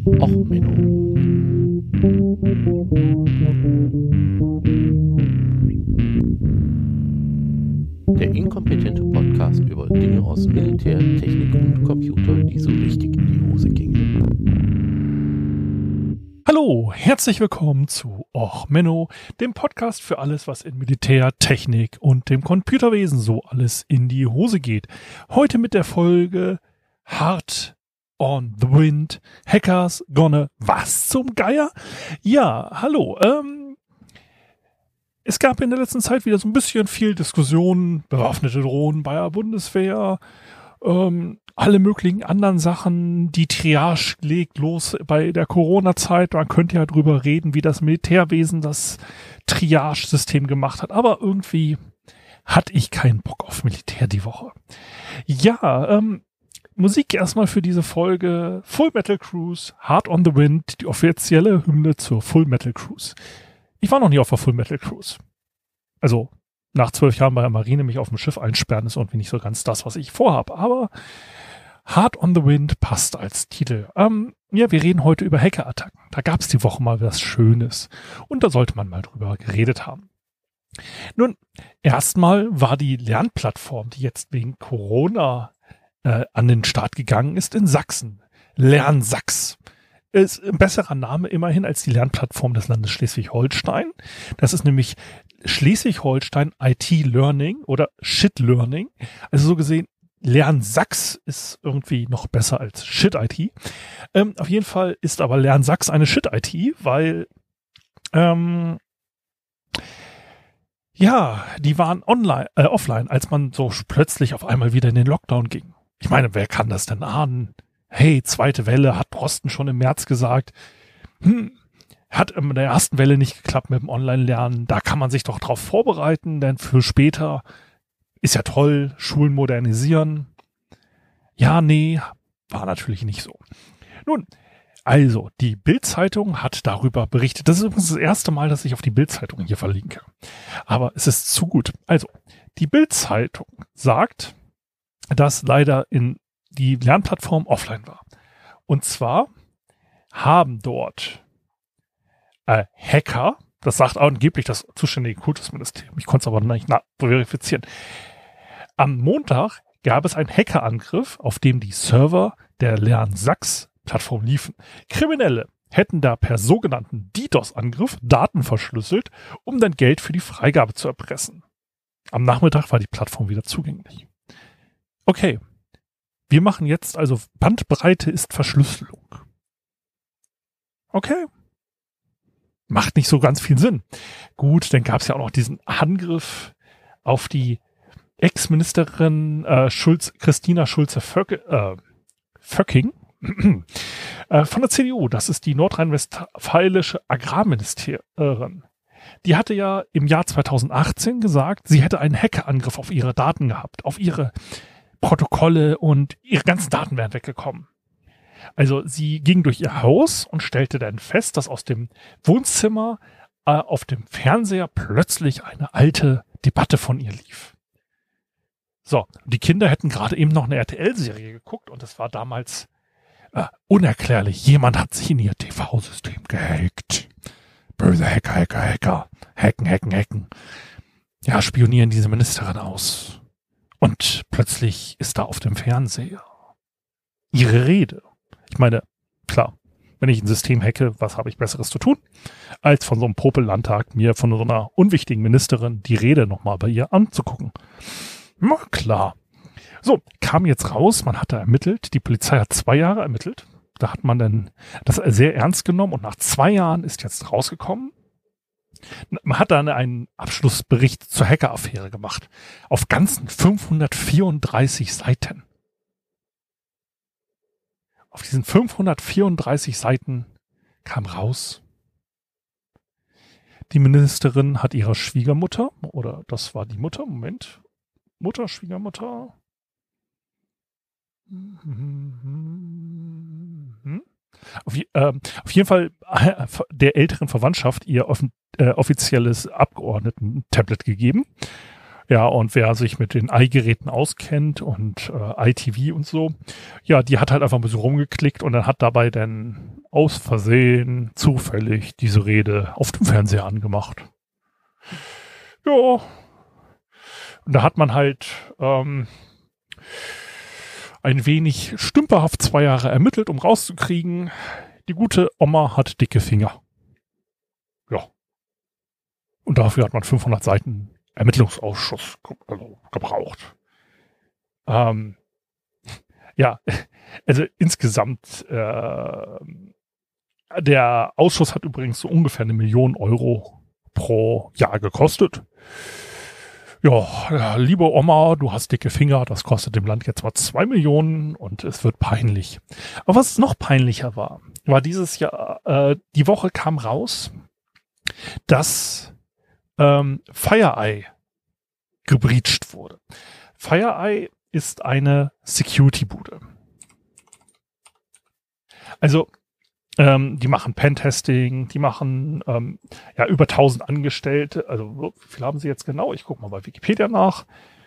Och, Menno. Der inkompetente Podcast über Dinge aus Militär, Technik und Computer, die so richtig in die Hose gingen. Hallo, herzlich willkommen zu Och, Menno, dem Podcast für alles, was in Militär, Technik und dem Computerwesen so alles in die Hose geht. Heute mit der Folge Hard on the Wind, Hackers gonna was zum Geier? Ja, hallo, es gab in der letzten Zeit wieder so ein bisschen viel Diskussion, bewaffnete Drohnen bei der Bundeswehr, alle möglichen anderen Sachen. Die Triage legt los bei der Corona-Zeit. Man könnte ja drüber reden, wie das Militärwesen das Triage-System gemacht hat. Aber irgendwie hatte ich keinen Bock auf Militär die Woche. Ja, Musik erstmal für diese Folge. Full Metal Cruise, Hard on the Wind, die offizielle Hymne zur Full Metal Cruise. Ich war noch nie auf der Full Metal Cruise. Also nach 12 Jahren bei der Marine mich auf dem Schiff einsperren ist irgendwie nicht so ganz das, was ich vorhabe. Aber Hard on the Wind passt als Titel. Ja, wir reden heute über Hackerattacken. Da gab es die Woche mal was Schönes. Und da sollte man mal drüber geredet haben. Nun, erstmal war die Lernplattform, die jetzt wegen Corona an den Start gegangen ist, in Sachsen. LernSachs. Ist ein besserer Name immerhin als die Lernplattform des Landes Schleswig-Holstein. Das ist nämlich Schleswig-Holstein IT Learning oder Shit Learning. Also so gesehen, LernSachs ist irgendwie noch besser als Shit IT. Auf jeden Fall ist aber LernSachs eine Shit IT, weil ja, die waren offline, als man so plötzlich auf einmal wieder in den Lockdown ging. Ich meine, wer kann das denn ahnen? Hey, zweite Welle, hat Drosten schon im März gesagt. Hat in der ersten Welle nicht geklappt mit dem Online-Lernen. Da kann man sich doch drauf vorbereiten, denn für später ist ja toll, Schulen modernisieren. Ja, nee, war natürlich nicht so. Nun, also, die Bild-Zeitung hat darüber berichtet. Das ist übrigens das erste Mal, dass ich auf die Bild-Zeitung hier verlinke. Aber es ist zu gut. Also, die Bild-Zeitung sagt, dass leider die Lernplattform offline war. Und zwar haben dort Hacker, das sagt angeblich das zuständige Kultusministerium, ich konnte es aber nicht verifizieren. Am Montag gab es einen Hackerangriff, auf dem die Server der LernSachs-Plattform liefen. Kriminelle hätten da per sogenannten DDoS-Angriff Daten verschlüsselt, um dann Geld für die Freigabe zu erpressen. Am Nachmittag war die Plattform wieder zugänglich. Okay, wir machen jetzt also Bandbreite ist Verschlüsselung. Okay. Macht nicht so ganz viel Sinn. Gut, dann gab es ja auch noch diesen Angriff auf die Ex-Ministerin Christina Schulze-Vöcking von der CDU. Das ist die nordrhein-westfälische Agrarministerin. Die hatte ja im Jahr 2018 gesagt, sie hätte einen Hackerangriff auf ihre Daten gehabt, auf ihre Protokolle und ihre ganzen Daten wären weggekommen. Also sie ging durch ihr Haus und stellte dann fest, dass aus dem Wohnzimmer auf dem Fernseher plötzlich eine alte Debatte von ihr lief. So, die Kinder hätten gerade eben noch eine RTL-Serie geguckt und es war damals unerklärlich. Jemand hat sich in ihr TV-System gehackt. Böse Hacker. Hacken. Ja, spionieren diese Ministerin aus. Und plötzlich ist da auf dem Fernseher ihre Rede. Ich meine, klar, wenn ich ein System hacke, was habe ich Besseres zu tun, als von so einem Popellandtag mir von so einer unwichtigen Ministerin die Rede nochmal bei ihr anzugucken. Na klar. So, kam jetzt raus, man hat da ermittelt, die Polizei hat 2 Jahre ermittelt, da hat man dann das sehr ernst genommen und nach 2 Jahren ist jetzt rausgekommen, man hat dann einen Abschlussbericht zur Hacker-Affäre gemacht, auf ganzen 534 Seiten. Auf diesen 534 Seiten kam raus, die Ministerin hat ihrer Schwiegermutter, oder das war die Mutter, Schwiegermutter. Auf jeden Fall der älteren Verwandtschaft ihr offizielles Abgeordneten-Tablet gegeben. Ja, und wer sich mit den i-Geräten auskennt und iTV und so, ja, die hat halt einfach ein bisschen rumgeklickt und dann hat dabei dann aus Versehen zufällig diese Rede auf dem Fernseher angemacht. Ja, und da hat man halt ein wenig stümperhaft 2 Jahre ermittelt, um rauszukriegen, die gute Oma hat dicke Finger. Ja. Und dafür hat man 500 Seiten Ermittlungsausschuss gebraucht. Ja, also insgesamt, der Ausschuss hat übrigens so ungefähr 1 Million Euro pro Jahr gekostet. Ja, liebe Oma, du hast dicke Finger, das kostet dem Land jetzt mal 2 Millionen und es wird peinlich. Aber was noch peinlicher war dieses Jahr, die Woche kam raus, dass FireEye gebreacht wurde. FireEye ist eine Security-Bude. Also, die machen Pentesting, die machen über 1000 Angestellte. Also, wie viel haben sie jetzt genau? Ich gucke mal bei Wikipedia nach.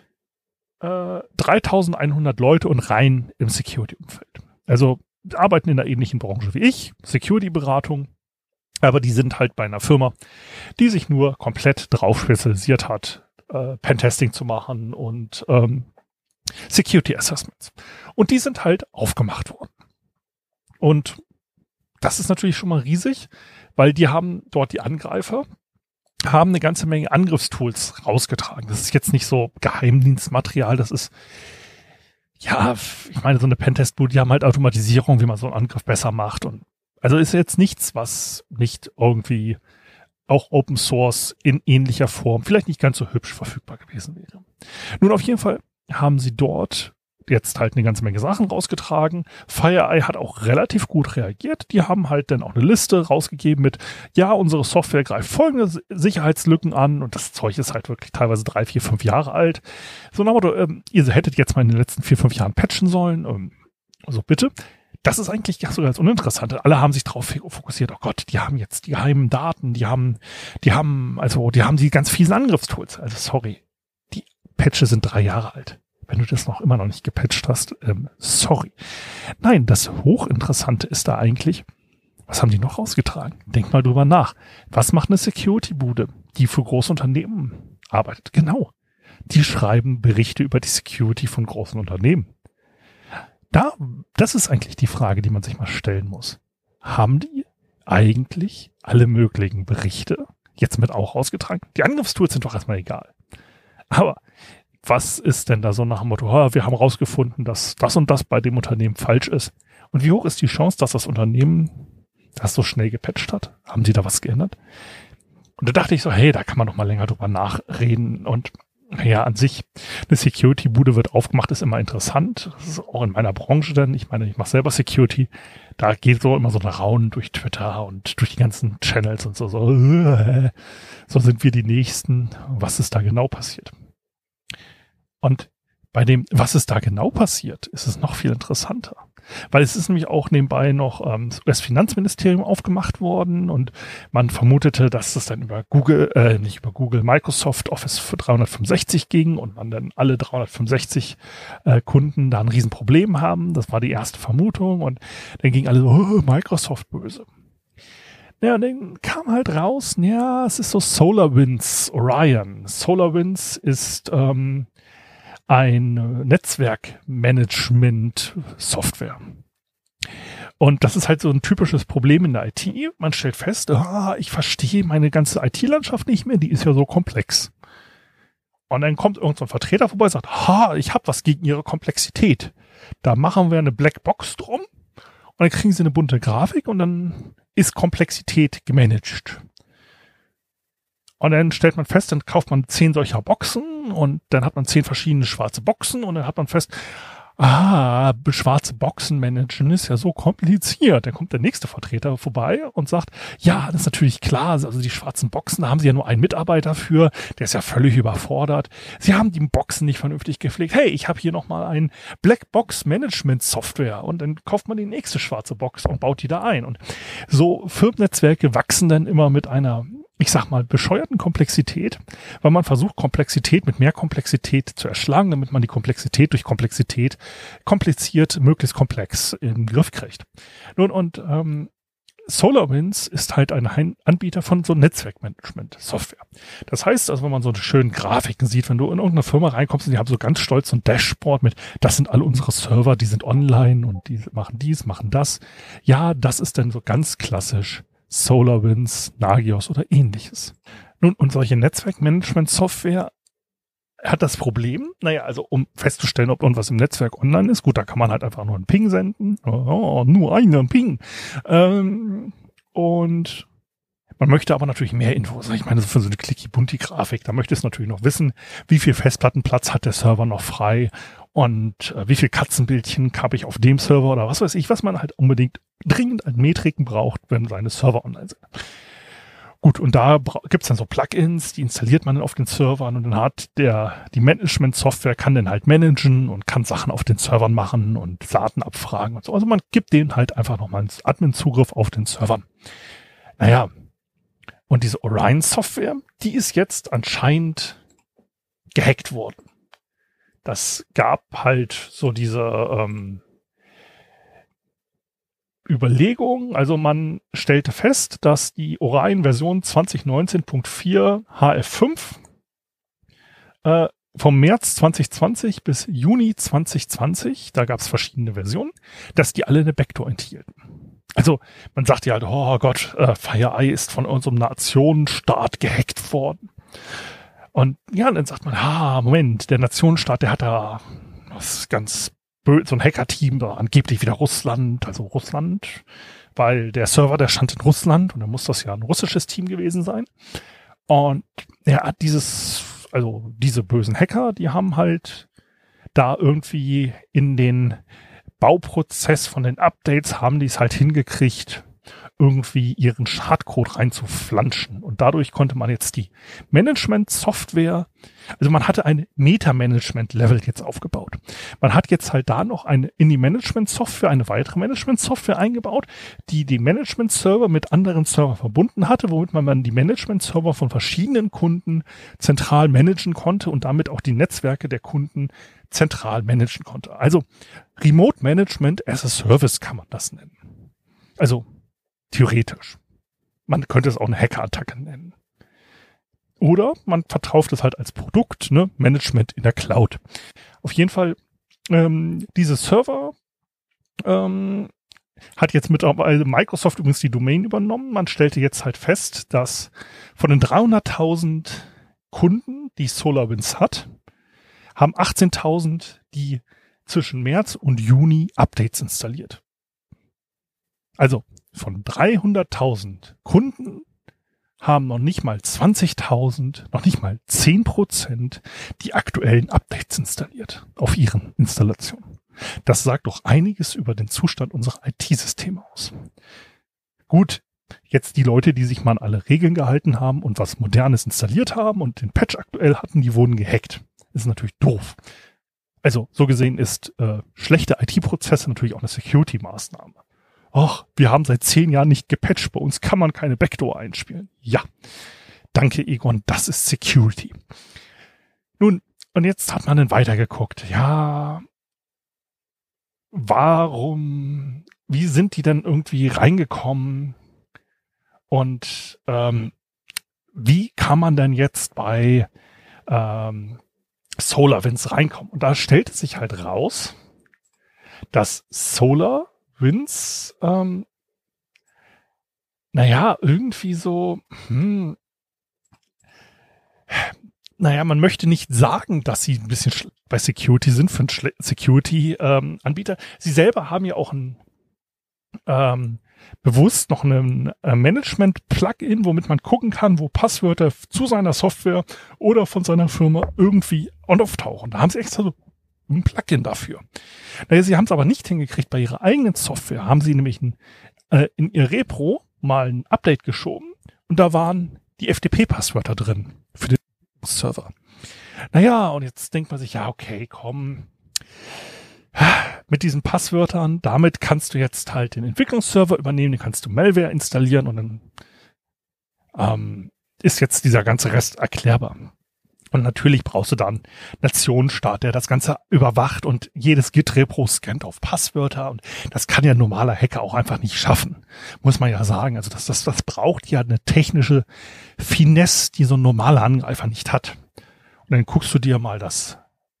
3100 Leute und rein im Security-Umfeld. Also, arbeiten in einer ähnlichen Branche wie ich, Security-Beratung. Aber die sind halt bei einer Firma, die sich nur komplett drauf spezialisiert hat, Pentesting zu machen und Security Assessments. Und die sind halt aufgemacht worden. Und das ist natürlich schon mal riesig, weil die haben dort die Angreifer, haben eine ganze Menge Angriffstools rausgetragen. Das ist jetzt nicht so Geheimdienstmaterial, das ist, ja, ich meine, so eine Pentest-Bude, die haben halt Automatisierung, wie man so einen Angriff besser macht. Und also ist jetzt nichts, was nicht irgendwie auch Open Source in ähnlicher Form, vielleicht nicht ganz so hübsch verfügbar gewesen wäre. Nun, auf jeden Fall haben sie dort jetzt halt eine ganze Menge Sachen rausgetragen. FireEye hat auch relativ gut reagiert. Die haben halt dann auch eine Liste rausgegeben mit, ja, unsere Software greift folgende Sicherheitslücken an und das Zeug ist halt wirklich teilweise 3, 4, 5 Jahre alt. So nach dem Motto, ihr hättet jetzt mal in den letzten 4, 5 Jahren patchen sollen. Also bitte. Das ist eigentlich sogar das Uninteressante. Alle haben sich darauf fokussiert, oh Gott, die haben jetzt die geheimen Daten, die haben die ganz fiesen Angriffstools. Also sorry, die Patches sind 3 Jahre alt. Wenn du das immer noch nicht gepatcht hast, sorry. Nein, das Hochinteressante ist da eigentlich, was haben die noch rausgetragen? Denk mal drüber nach. Was macht eine Security-Bude, die für große Unternehmen arbeitet? Genau. Die schreiben Berichte über die Security von großen Unternehmen. Das ist eigentlich die Frage, die man sich mal stellen muss. Haben die eigentlich alle möglichen Berichte jetzt mit auch rausgetragen? Die Angriffstools sind doch erstmal egal. Aber was ist denn da so nach dem Motto, wir haben rausgefunden, dass das und das bei dem Unternehmen falsch ist? Und wie hoch ist die Chance, dass das Unternehmen das so schnell gepatcht hat? Haben die da was geändert? Und da dachte ich so, hey, da kann man doch mal länger drüber nachreden. Und ja, an sich, eine Security-Bude wird aufgemacht, ist immer interessant. Das ist auch in meiner Branche denn. Ich meine, ich mache selber Security. Da geht so immer so ein Raunen durch Twitter und durch die ganzen Channels und so sind wir die Nächsten. Was ist da genau passiert? Und bei dem, was ist da genau passiert, ist es noch viel interessanter. Weil es ist nämlich auch nebenbei noch das US-Finanzministerium aufgemacht worden und man vermutete, dass es dann über Microsoft Office 365 ging und man dann alle 365 Kunden da ein Riesenproblem haben. Das war die erste Vermutung und dann ging alle so, Microsoft böse. Ja, und dann kam halt raus, ja, es ist so SolarWinds Orion. SolarWinds ist ein Netzwerkmanagement-Software. Und das ist halt so ein typisches Problem in der IT. Man stellt fest, ich verstehe meine ganze IT-Landschaft nicht mehr, die ist ja so komplex. Und dann kommt irgend so ein Vertreter vorbei und sagt, ich habe was gegen ihre Komplexität. Da machen wir eine Blackbox drum und dann kriegen sie eine bunte Grafik und dann ist Komplexität gemanagt. Und dann stellt man fest, dann kauft man 10 solcher Boxen und dann hat man 10 verschiedene schwarze Boxen und dann hat man fest, schwarze Boxen managen ist ja so kompliziert. Dann kommt der nächste Vertreter vorbei und sagt, ja, das ist natürlich klar, also die schwarzen Boxen, da haben sie ja nur einen Mitarbeiter für, der ist ja völlig überfordert. Sie haben die Boxen nicht vernünftig gepflegt. Hey, ich habe hier nochmal ein Blackbox-Management-Software und dann kauft man die nächste schwarze Box und baut die da ein. Und so Firmennetzwerke wachsen dann immer mit einer, ich sag mal, bescheuerten Komplexität, weil man versucht, Komplexität mit mehr Komplexität zu erschlagen, damit man die Komplexität durch Komplexität kompliziert, möglichst komplex in den Griff kriegt. Nun, und SolarWinds ist halt ein Anbieter von so Netzwerkmanagement-Software. Das heißt also, wenn man so schöne Grafiken sieht, wenn du in irgendeine Firma reinkommst und die haben so ganz stolz so ein Dashboard mit, das sind alle unsere Server, die sind online und die machen dies, machen das. Ja, das ist dann so ganz klassisch SolarWinds, Nagios oder ähnliches. Nun, und solche Netzwerkmanagement-Software hat das Problem, also um festzustellen, ob irgendwas im Netzwerk online ist, gut, da kann man halt einfach nur einen Ping senden, nur einen Ping. Und man möchte aber natürlich mehr Infos. Ich meine, für so eine Clicky-Bunti-Grafik, da möchte es natürlich noch wissen, wie viel Festplattenplatz hat der Server noch frei und wie viel Katzenbildchen habe ich auf dem Server oder was weiß ich, was man halt unbedingt dringend an Metriken braucht, wenn seine Server online sind. Gut, und da gibt's dann so Plugins, die installiert man dann auf den Servern und dann hat die Management-Software kann den halt managen und kann Sachen auf den Servern machen und Daten abfragen und so. Also man gibt denen halt einfach nochmal einen Admin-Zugriff auf den Servern. Und diese Orion-Software, die ist jetzt anscheinend gehackt worden. Das gab halt so diese Überlegung, also man stellte fest, dass die Orion-Version 2019.4 HF5 vom März 2020 bis Juni 2020, da gab es verschiedene Versionen, dass die alle eine Backdoor enthielten. Also man sagt ja halt, oh Gott, FireEye ist von unserem Nationenstaat gehackt worden. Und ja, dann sagt man, Moment, der Nationenstaat, der hat da was ganz so ein Hacker-Team, da angeblich wieder Russland, weil der Server, der stand in Russland und dann muss das ja ein russisches Team gewesen sein. Und diese bösen Hacker, die haben halt da irgendwie in den Bauprozess von den Updates haben die es halt hingekriegt, irgendwie ihren Schadcode reinzuflanschen. Und dadurch konnte man jetzt die Management-Software, also man hatte ein Meta-Management-Level jetzt aufgebaut. Man hat jetzt halt da noch in die Management-Software eine weitere Management-Software eingebaut, die Management-Server mit anderen Servern verbunden hatte, womit man die Management-Server von verschiedenen Kunden zentral managen konnte und damit auch die Netzwerke der Kunden zentral managen konnte. Also Remote Management as a Service kann man das nennen. Also theoretisch. Man könnte es auch eine Hackerattacke nennen. Oder man verkauft es halt als Produkt, Management in der Cloud. Auf jeden Fall, diese Server hat jetzt mittlerweile Microsoft übrigens die Domain übernommen. Man stellte jetzt halt fest, dass von den 300.000 Kunden, die SolarWinds hat, haben 18.000 die zwischen März und Juni Updates installiert. Also von 300.000 Kunden haben noch nicht mal 20.000, noch nicht mal 10% die aktuellen Updates installiert auf ihren Installationen. Das sagt doch einiges über den Zustand unserer IT-Systeme aus. Gut, jetzt die Leute, die sich mal an alle Regeln gehalten haben und was Modernes installiert haben und den Patch aktuell hatten, die wurden gehackt. Das ist natürlich doof. Also so gesehen ist schlechte IT-Prozesse natürlich auch eine Security-Maßnahme. Och, wir haben seit 10 Jahren nicht gepatcht, bei uns kann man keine Backdoor einspielen. Ja, danke Egon, das ist Security. Nun, und jetzt hat man dann weitergeguckt. Ja, wie sind die denn irgendwie reingekommen? Und wie kann man denn jetzt bei SolarWinds reinkommen? Und da stellte sich halt raus, dass SolarWinds irgendwie so, man möchte nicht sagen, dass sie ein bisschen bei Security sind für einen Security-Anbieter. Sie selber haben ja auch bewusst noch ein Management-Plugin, womit man gucken kann, wo Passwörter zu seiner Software oder von seiner Firma irgendwie auftauchen. Da haben sie extra so ein Plugin dafür. Sie haben es aber nicht hingekriegt bei ihrer eigenen Software. Haben sie nämlich in ihr Repro mal ein Update geschoben und da waren die FTP-Passwörter drin für den Server. Und jetzt denkt man sich, ja, okay, komm, mit diesen Passwörtern, damit kannst du jetzt halt den Entwicklungsserver übernehmen, den kannst du Malware installieren und dann ist jetzt dieser ganze Rest erklärbar. Und natürlich brauchst du dann Nationenstaat, der das Ganze überwacht und jedes Git-Repro scannt auf Passwörter. Und das kann ja ein normaler Hacker auch einfach nicht schaffen, muss man ja sagen. Also das braucht ja eine technische Finesse, die so ein normaler Angreifer nicht hat. Und dann guckst du dir mal das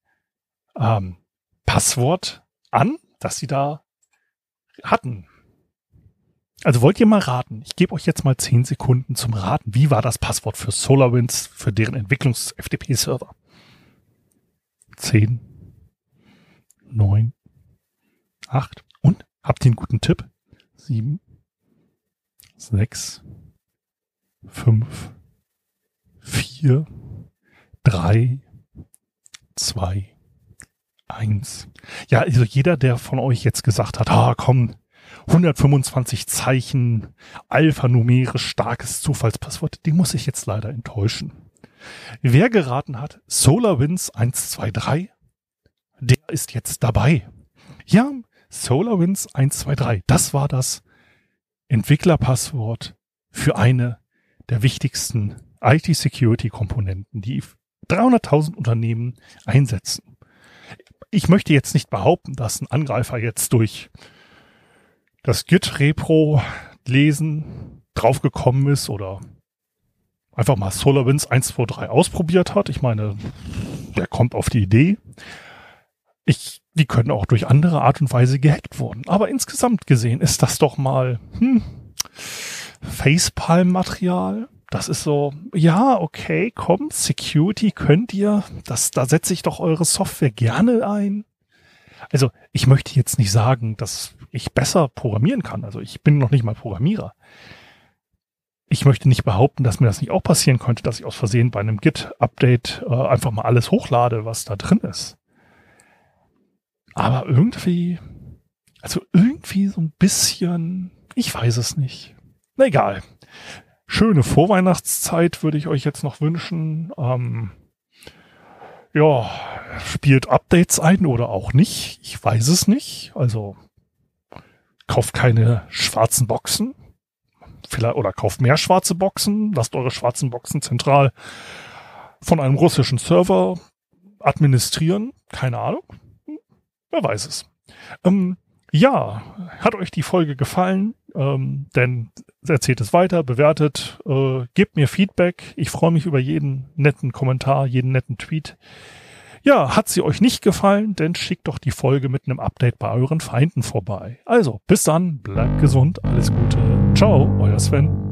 Passwort an, das sie da hatten. Also wollt ihr mal raten? Ich gebe euch jetzt mal 10 Sekunden zum Raten. Wie war das Passwort für SolarWinds, für deren Entwicklungs-FTP-Server? 10, 9, 8 und? Habt ihr einen guten Tipp? 7, 6, 5, 4, 3, 2, 1. Ja, also jeder, der von euch jetzt gesagt hat, komm, 125 Zeichen, alphanumerisch starkes Zufallspasswort, den muss ich jetzt leider enttäuschen. Wer geraten hat, SolarWinds 123, der ist jetzt dabei. Ja, SolarWinds 123, das war das Entwicklerpasswort für eine der wichtigsten IT-Security-Komponenten, die 300.000 Unternehmen einsetzen. Ich möchte jetzt nicht behaupten, dass ein Angreifer jetzt durch das Git-Repro lesen draufgekommen ist oder einfach mal SolarWinds 123 ausprobiert hat. Ich meine, wer kommt auf die Idee? Die können auch durch andere Art und Weise gehackt worden. Aber insgesamt gesehen ist das doch mal Facepalm-Material. Das ist so, ja, okay, komm, Security könnt ihr, da setze ich doch eure Software gerne ein. Also ich möchte jetzt nicht sagen, dass ich besser programmieren kann. Also ich bin noch nicht mal Programmierer. Ich möchte nicht behaupten, dass mir das nicht auch passieren könnte, dass ich aus Versehen bei einem Git-Update einfach mal alles hochlade, was da drin ist. Aber irgendwie so ein bisschen, ich weiß es nicht. Na egal. Schöne Vorweihnachtszeit würde ich euch jetzt noch wünschen. Spielt Updates ein oder auch nicht. Ich weiß es nicht. Also kauft keine schwarzen Boxen. Vielleicht, oder kauft mehr schwarze Boxen. Lasst eure schwarzen Boxen zentral von einem russischen Server administrieren. Keine Ahnung. Wer weiß es. Hat euch die Folge gefallen? Denn erzählt es weiter, bewertet, gebt mir Feedback. Ich freue mich über jeden netten Kommentar, jeden netten Tweet. Ja, hat sie euch nicht gefallen, dann schickt doch die Folge mit einem Update bei euren Feinden vorbei. Also, bis dann, bleibt gesund, alles Gute. Ciao, euer Sven.